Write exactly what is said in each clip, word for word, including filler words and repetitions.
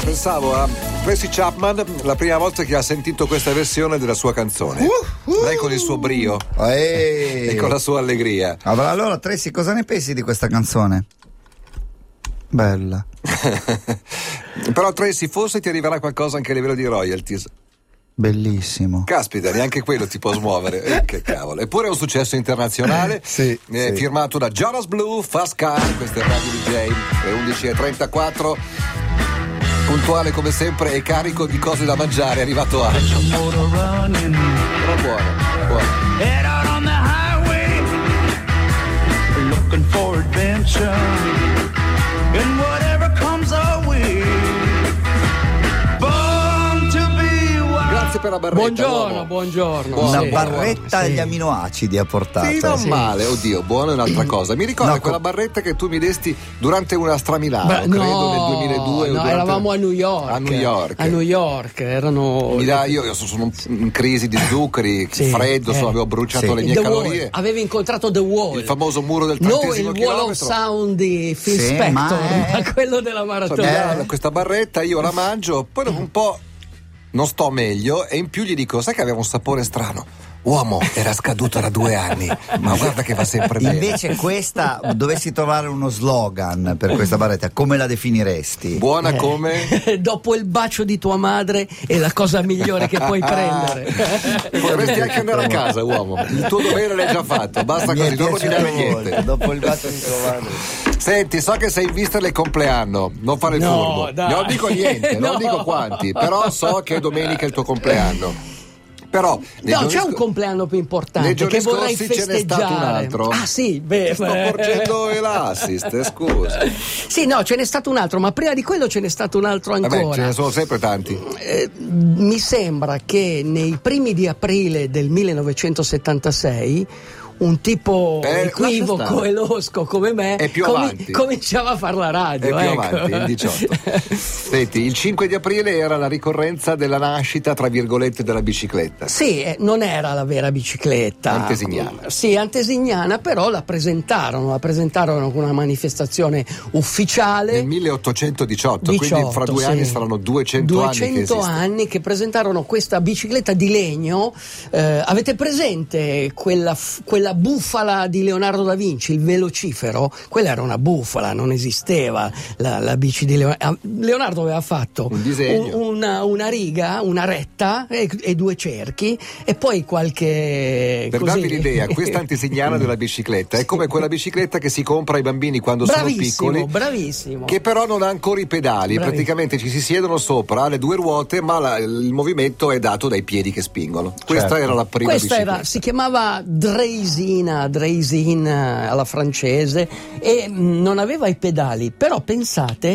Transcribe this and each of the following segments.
pensavo a Tracy Chapman la prima volta che ha sentito questa versione della sua canzone. Uh, uh. Lei con il suo brio Ehi. e con la sua allegria. Allora, Tracy, cosa ne pensi di questa canzone? Bella. Però Tracy, forse ti arriverà qualcosa anche a livello di royalties. Bellissimo. Caspita, neanche quello ti può smuovere. Eh, che cavolo. Eppure è un successo internazionale. Sì, eh, sì. Firmato da Jonas Blue, Fast Car. Questo è Radio D J. Le undici e trentaquattro. Puntuale come sempre e carico di cose da mangiare. È arrivato a. Però buono, buono. Head out on the highway, looking for adventure, and whatever comes our way. Grazie per la barretta. Buongiorno, uomo. buongiorno. Buono, Una buono, barretta sì. agli aminoacidi ha portato. Sì, non Sì. male, oddio, buono è un'altra cosa. Mi ricordo No, quella co- barretta che tu mi desti durante una Stramilano, Beh, credo no, nel duemiladue. o no, durante- eravamo a New York. A New York. A New York, erano. Mi dà, io, io sono in crisi di zuccheri, Sì, freddo, eh. so, avevo bruciato Sì. le mie The calorie. Wall. Avevi incontrato The Wall. Il famoso muro del No, trentesimo il Wall of chilometro. Sound di Phil Sì, Spector, ma ma, è- quello della So, mi maratona. dà questa barretta, io la mangio, poi dopo un po' non sto meglio e in più gli dico, sai che aveva un sapore strano? Uomo, era scaduto da due anni, ma guarda che va sempre bene. Invece questa, dovessi trovare uno slogan per questa barretta, come la definiresti? Buona come? Dopo il bacio di tua madre è la cosa migliore che puoi prendere. Vorresti anche andare a casa, uomo. Il tuo dovere l'hai già fatto, basta Mi così, è dopo ti piaciuto dai niente. molto, dopo il bacio di tua madre. Senti, so che sei in vista del compleanno, non fare il No, furbo. dai. Non dico niente, non No. dico quanti, però so che domenica è il tuo compleanno. Però nei No, giorni c'è un sc- compleanno più importante nei giorni che vorrei scorsi ce n'è festeggiare. stato un altro. Ah sì, beh, Sto beh. porgendo l'assist, scusa. Sì, no, ce n'è stato un altro, ma prima di quello ce n'è stato un altro ancora. Vabbè, ce ne sono sempre tanti. Eh, mi sembra che nei primi di aprile del millenovecentosettantasei un tipo Eh, equivoco lascia stare. e losco come me È più comi- avanti. cominciava a fare la È radio. più ecco. avanti, il diciotto. Senti, il cinque di aprile era la ricorrenza della nascita, tra virgolette, della bicicletta. Sì, eh, non era la vera bicicletta. Antesignana. Sì, antesignana, però la presentarono, la presentarono con una manifestazione ufficiale. Nel milleottocentodiciotto, quindi diciotto, fra due sì. anni saranno duecento, anni che duecento esiste. anni che presentarono questa bicicletta di legno. Eh, avete presente quella, f- quella bufala di Leonardo da Vinci, il velocifero? Quella era una bufala, non esisteva la, la bici di Leonardo. Leonardo aveva fatto Un disegno. un- una, una riga, una retta e, e due cerchi e poi qualche Per così. darvi l'idea, questa antesignana della bicicletta è come quella bicicletta che si compra ai bambini quando sono Bravissimo, piccoli, bravissimo. che però non ha ancora i pedali. Bravissimo. Praticamente ci si siedono sopra, ha le due ruote, ma la- il movimento è dato dai piedi che spingono. Questa Certo. era la prima Questa bicicletta. era, si chiamava Dreisina, Dreisina alla francese e mh, non aveva i pedali, però pensate,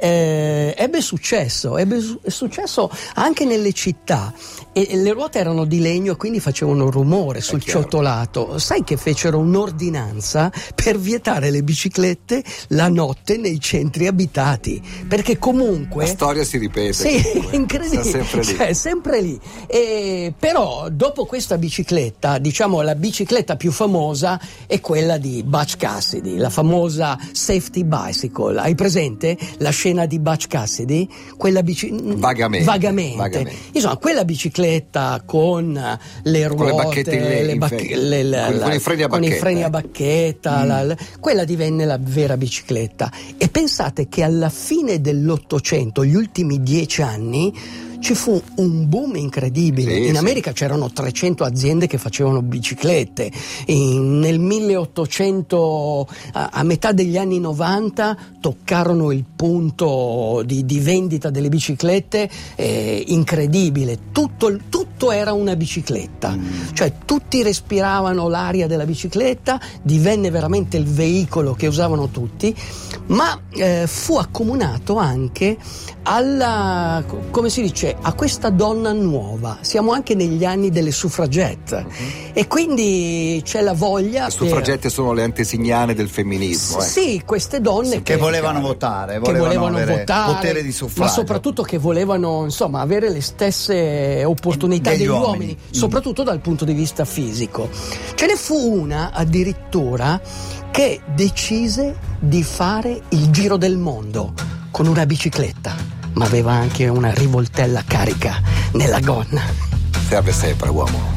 eh, ebbe successo, ebbe su- successo anche nelle città e, e le ruote erano di legno e quindi facevano rumore sul chiaro. ciottolato. Sai che fecero un'ordinanza per vietare le biciclette la notte nei centri abitati, perché comunque La storia si ripete. sì, comunque. incredibile, Sta sempre lì. cioè, sempre lì. E, però dopo questa bicicletta, diciamo la bicicletta più famosa è quella di Butch Cassidy, la famosa Safety Bicycle. Hai presente la scena di Butch Cassidy? Quella bici... Vagamente, Vagamente. vagamente. Insomma, quella bicicletta con le ruote, Con le bacchette in le- le in bacche- fe- le- la- con- la- con i freni a con i bacchetta, freni a eh. bacchetta, la- la- quella divenne la vera bicicletta. E pensate che alla fine dell'Ottocento, gli ultimi dieci anni, ci fu un boom incredibile. Sì, in sì. America c'erano trecento aziende che facevano biciclette. In- nel milleottocento, a, a metà degli anni novanta, toccarono il punto di, di vendita delle biciclette eh, incredibile. Tutto, il- tutto era una bicicletta. Cioè tutti respiravano l'aria della bicicletta, divenne veramente il veicolo che usavano tutti, ma eh, fu accomunato anche alla, come si dice, a questa donna nuova. Siamo anche negli anni delle suffragette e quindi c'è la voglia Le suffragette sono le antesignane del femminismo. per... eh. sì, queste donne Che volevano votare, che volevano, volevano avere votare, potere di suffragio. ma soprattutto che volevano, insomma, avere le stesse opportunità Degli degli uomini. uomini, soprattutto dal punto di vista fisico. Ce ne fu una addirittura che decise di fare il giro del mondo con una bicicletta. ma aveva anche una rivoltella carica nella gonna. Serve sempre, uomo.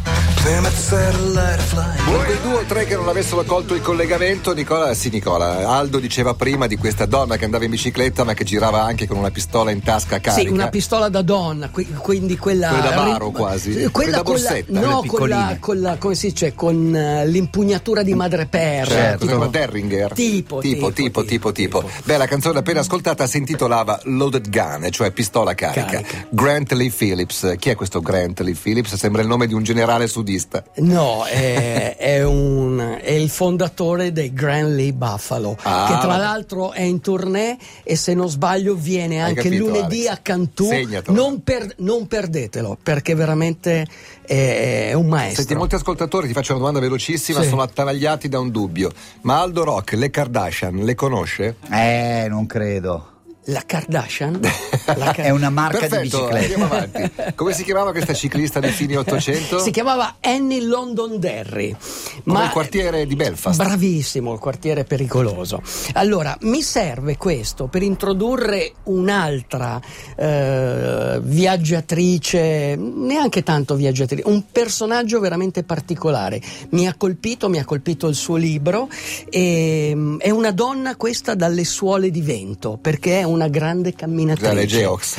Quei due o tre che non avessero colto il collegamento, Nicola, sì Nicola, Aldo diceva prima di questa donna che andava in bicicletta ma che girava anche con una pistola in tasca carica. Sì, una pistola da donna, quindi quella... Quella da baro quasi, quella, quella da borsetta. No, con la, con la, come si dice, con uh, l'impugnatura di madreperla. Certo, tipo una Derringer. Tipo tipo, tipo, tipo, tipo. tipo. Beh, la canzone appena ascoltata si intitolava Loaded Gun, cioè pistola carica. carica. Grant Lee Phillips. Chi è questo Grant Lee Phillips? Sembra il nome di un generale sudista. No, è, è, un, è il fondatore dei Grand Lee Buffalo, ah, che tra l'altro è in tournée e se non sbaglio viene anche capito, lunedì Alex. a Cantù. Non, per, non perdetelo, perché veramente è, è un maestro. Senti, molti ascoltatori, ti faccio una domanda velocissima, sì. sono attanagliati da un dubbio. Ma Aldo Rock, le Kardashian, le conosce? Eh, non credo. La Kardashian? La Car- è una marca Perfetto, di bicicletta. Andiamo avanti. Come si chiamava questa ciclista dei fine ottocento? Si chiamava Annie Londonderry. Ma il quartiere di Belfast. Bravissimo, il quartiere pericoloso. Allora, mi serve questo per introdurre un'altra eh, viaggiatrice, neanche tanto viaggiatrice, un personaggio veramente particolare. Mi ha colpito, mi ha colpito il suo libro. E, è una donna questa dalle suole di vento, perché è una grande camminatrice. Le Geox.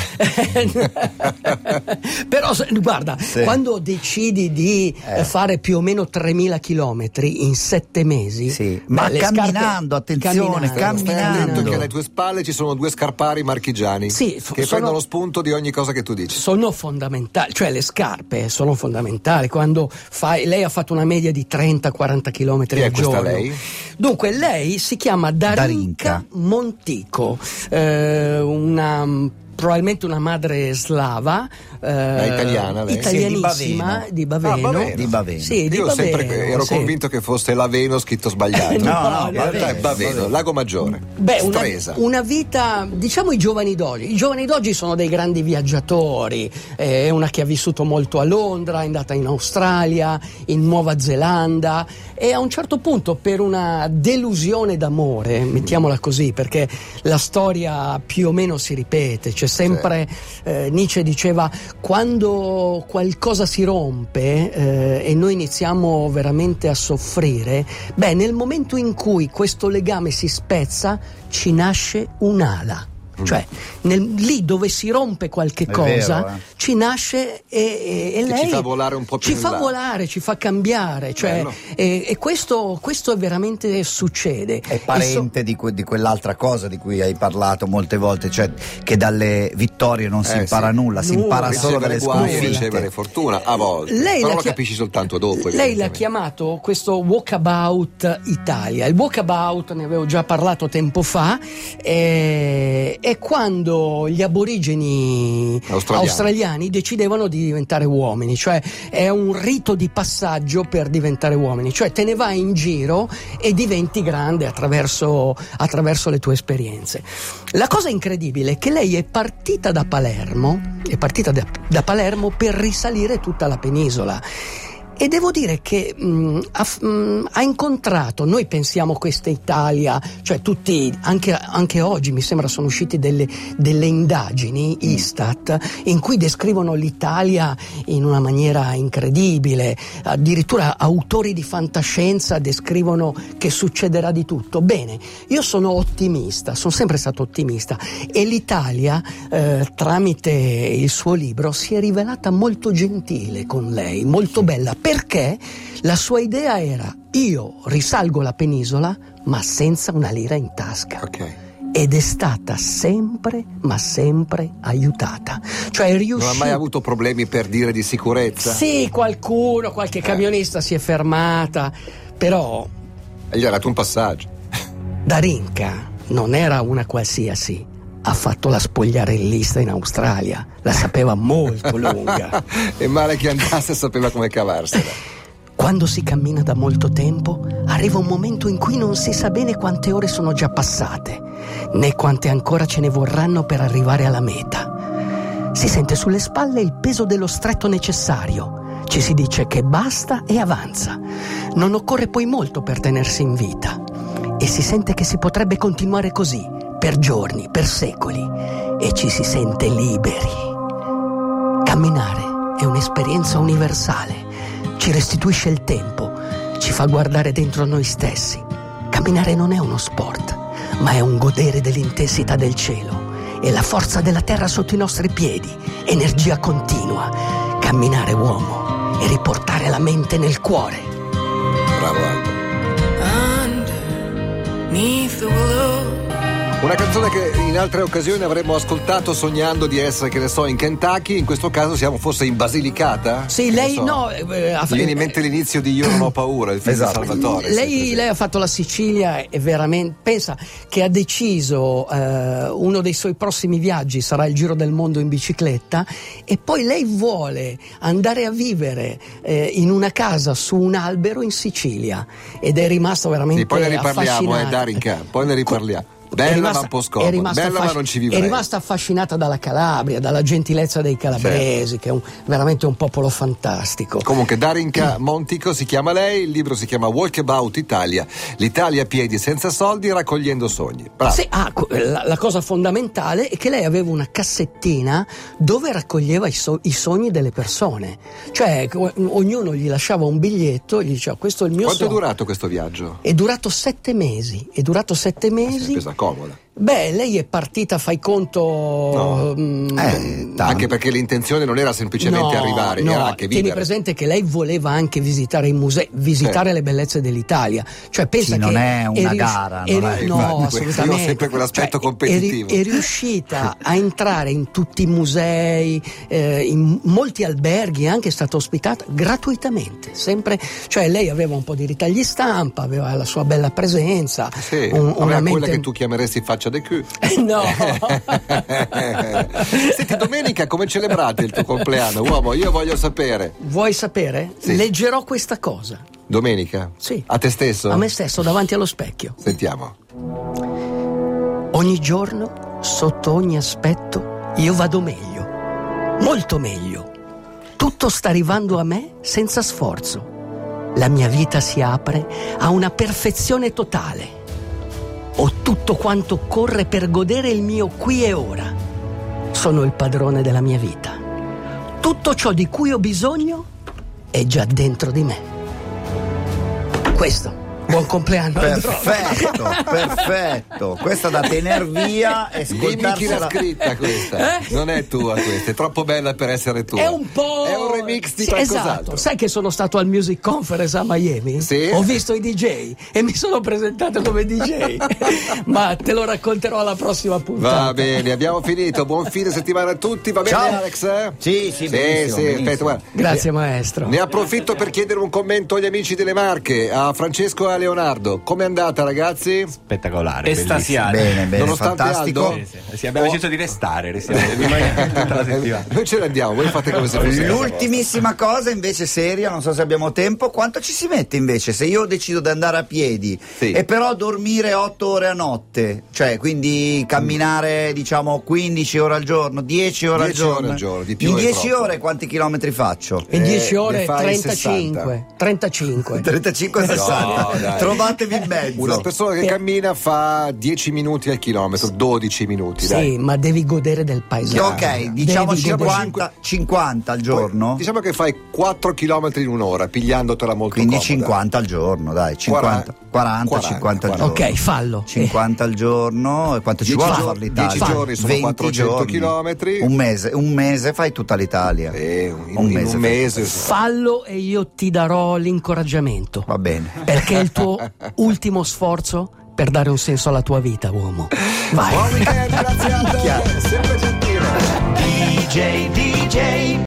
Però guarda, sì. quando decidi di eh. fare più o meno tremila chilometri in sette mesi, sì. ma beh, camminando, scarpe, attenzione, camminando. Stai attento che alle tue spalle ci sono due scarpari marchigiani sì, che sono, prendono spunto di ogni cosa che tu dici. Sono fondamentali, cioè le scarpe sono fondamentali. Quando fai, lei ha fatto una media di trenta quaranta chilometri al giorno. Chi è questa lei? Dunque lei si chiama Darinka, Darinka. Montico, eh, una probabilmente una madre slava, eh, italiana, lei. italianissima, sì, di Baveno. Di Baveno. Di Baveno. Sì, di Io Baveno, sempre ero sì. convinto che fosse Laveno scritto sbagliato. no, no, in realtà è Baveno, Baveno, Lago Maggiore. Beh, una, una vita, diciamo i giovani d'oggi. I giovani d'oggi sono dei grandi viaggiatori. È una che ha vissuto molto a Londra, è andata in Australia, in Nuova Zelanda e a un certo punto per una delusione d'amore, mettiamola così, perché la storia più o meno si ripete, c'è sempre sì. eh, Nietzsche diceva quando qualcosa si rompe eh, e noi iniziamo veramente a soffrire, beh, nel momento in cui questo legame si spezza ci nasce un'ala. Cioè nel, lì dove si rompe qualche è cosa vero, eh. ci nasce e, e, e lei ci fa volare un po' più ci fa là. volare, ci fa cambiare, cioè, e, e questo, questo veramente succede. È parente so- di, que- di quell'altra cosa di cui hai parlato molte volte, cioè che dalle vittorie non si eh, impara sì. nulla, si impara nulla. solo dalle sconfitte. Ricevere fortuna a volte, lei però lo chia- capisci soltanto dopo. Lei l'ha chiamato questo Walkabout Italia. Il Walkabout ne avevo già parlato tempo fa. E è quando gli aborigeni australiani. australiani decidevano di diventare uomini, cioè è un rito di passaggio per diventare uomini, cioè te ne vai in giro e diventi grande attraverso, attraverso le tue esperienze. La cosa incredibile è che lei è partita da Palermo, è partita da, da Palermo per risalire tutta la penisola. E devo dire che mh, ha, mh, ha incontrato, noi pensiamo questa Italia, cioè tutti, anche, anche oggi mi sembra sono uscite delle, delle indagini Istat in cui descrivono l'Italia in una maniera incredibile, addirittura autori di fantascienza descrivono che succederà di tutto. Bene, io sono ottimista, sono sempre stato ottimista e l'Italia eh, tramite il suo libro si è rivelata molto gentile con lei, molto bella. Perché la sua idea era: io risalgo la penisola ma senza una lira in tasca. Okay. Ed è stata sempre, ma sempre aiutata. Cioè è riuscita... Non ha mai avuto problemi per dire di sicurezza? Sì, qualcuno, qualche camionista eh. si è fermata, però... E gli ha dato un passaggio. Darinka non era una qualsiasi. Ha fatto la spogliarellista in Australia, la sapeva molto lunga. E male che andasse sapeva come cavarsela. Quando si cammina da molto tempo, arriva un momento in cui non si sa bene quante ore sono già passate, né quante ancora ce ne vorranno per arrivare alla meta. Si sente sulle spalle il peso dello stretto necessario. Ci si dice che basta e avanza. Non occorre poi molto per tenersi in vita. E si sente che si potrebbe continuare così, per giorni, per secoli, e ci si sente liberi. Camminare è un'esperienza universale, ci restituisce il tempo, ci fa guardare dentro noi stessi. Camminare non è uno sport, ma è un godere dell'intensità del cielo e la forza della terra sotto i nostri piedi, energia continua. Camminare, uomo, e riportare la mente nel cuore. Bravo Aldo. Underneath the willow. Una canzone che in altre occasioni avremmo ascoltato sognando di essere, che ne so, in Kentucky. In questo caso siamo forse in Basilicata? Sì, Che lei ne so. no. eh, ha- Mi viene in mente l'inizio di Io non ho paura, il film Esatto. di Salvatore. Lei, lei ha fatto la Sicilia e veramente pensa che ha deciso eh, uno dei suoi prossimi viaggi sarà il giro del mondo in bicicletta, e poi lei vuole andare a vivere eh, in una casa su un albero in Sicilia, ed è rimasto veramente Sì, poi ne riparliamo, eh, affascinata. Darinka, poi ne riparliamo. È Bella rimasta- ma un po' è scomoda, rimasta bella ma affasc- non ci È vivrei. rimasta affascinata dalla Calabria, dalla gentilezza dei calabresi, Certo. che è un- veramente un popolo fantastico. Comunque Darinka Montico si chiama lei, il libro si chiama Walkabout Italia, l'Italia a piedi senza soldi raccogliendo sogni. Bravo. Sì, ah, co- la, la cosa fondamentale è che lei aveva una cassettina dove raccoglieva i, so- i sogni delle persone, cioè co- ognuno gli lasciava un biglietto, gli diceva questo è il mio Quanto è sogno. durato questo viaggio? È durato sette mesi, è durato sette Si è mesi. presa comoda. Beh, lei è partita, fai conto. No. mm, Eh, tanto. Anche perché l'intenzione non era semplicemente no, arrivare, no, era anche tieni vivere. presente che lei voleva anche visitare i musei, visitare Sì. le bellezze dell'Italia. Cioè, pensa Sì, che non è una rius- gara, è non ri- è- no, infatti, assolutamente. io ho sempre quell'aspetto Cioè, competitivo. È, ri- è riuscita a entrare in tutti i musei, eh, in molti alberghi, è anche stata ospitata gratuitamente. Sempre, cioè, lei aveva un po' di ritagli stampa, aveva la sua bella presenza. Sì, un- aveva una quella mente- che tu chiameresti faccia de cul. No. Senti, domenica come celebrate il tuo compleanno? Uomo, io voglio sapere. Vuoi sapere? Sì. Leggerò questa cosa. Domenica? Sì. A te stesso? A me stesso, davanti allo specchio. Sentiamo. Ogni giorno, sotto ogni aspetto, io vado meglio, molto meglio. Tutto sta arrivando a me senza sforzo. La mia vita si apre a una perfezione totale. Ho tutto quanto occorre per godere il mio qui e ora. Sono il padrone della mia vita. Tutto ciò di cui ho bisogno è già dentro di me. Questo. Buon compleanno. Perfetto, perfetto. Questa da tener via e Dimmi chi l'ha ascoltarsela. scritta questa. Eh? Non è tua questa, è troppo bella per essere tua. È un po'. È un remix di Sì, qualcos'altro. esatto. Sai che sono stato al Music Conference a Miami? Sì. Ho visto i D J e mi sono presentato come D J. Ma te lo racconterò alla prossima puntata. Va bene, abbiamo finito. Buon fine settimana a tutti. Va bene, Ciao. Alex? Eh? Sì, sì, benissimo, sì, benissimo. aspetta, guarda. Grazie maestro. Ne approfitto per chiedere un commento agli amici delle Marche, a Francesco e a Leonardo. Com'è andata, ragazzi? Spettacolare, Estasiale. Bene, bene, Nonostante fantastico. Aldo? Sì, sì. Sì, abbiamo deciso di restare, restiamo rimaniamo tutta la settimana. Noi ce ne andiamo, voi fate come se fosse casa L'ultimissima cosa invece seria, non so se abbiamo tempo, quanto ci si mette invece se io decido di andare a piedi Sì. e però dormire otto ore a notte, cioè quindi camminare diciamo quindici ore al giorno, dieci ore al dieci ore giorno, al giorno, di più in è dieci troppo. ore quanti chilometri faccio? In dieci Eh, ore ne fai trentacinque. trentacinque. trentacinque sessanta, No, dai. trovatevi in mezzo. Una persona che Per- cammina fa dieci minuti al chilometro, dodici minuti, dai. Sì, ma devi godere del paesaggio. Ok, diciamo Devi godere- cinquanta, cinquanta al giorno, Poi, diciamo che fai quattro chilometri in un'ora, pigliandotela molto quindi comoda. cinquanta al giorno, dai, cinquanta, quaranta, cinquanta al giorno. Ok, fallo. cinquanta al giorno, e quanto ci dieci vuole a giorni- fare l'Italia? dieci giorni sono venti quattrocento giorni. chilometri. Un mese, un mese fai tutta l'Italia. Eh, in, Un in mese un fai- mese. Fallo e io ti darò l'incoraggiamento. Va bene. Perché è il tuo ultimo sforzo per dare un senso alla tua vita, uomo. Vai. Buon weekend, grazie a te, sempre gentile. D J, D J.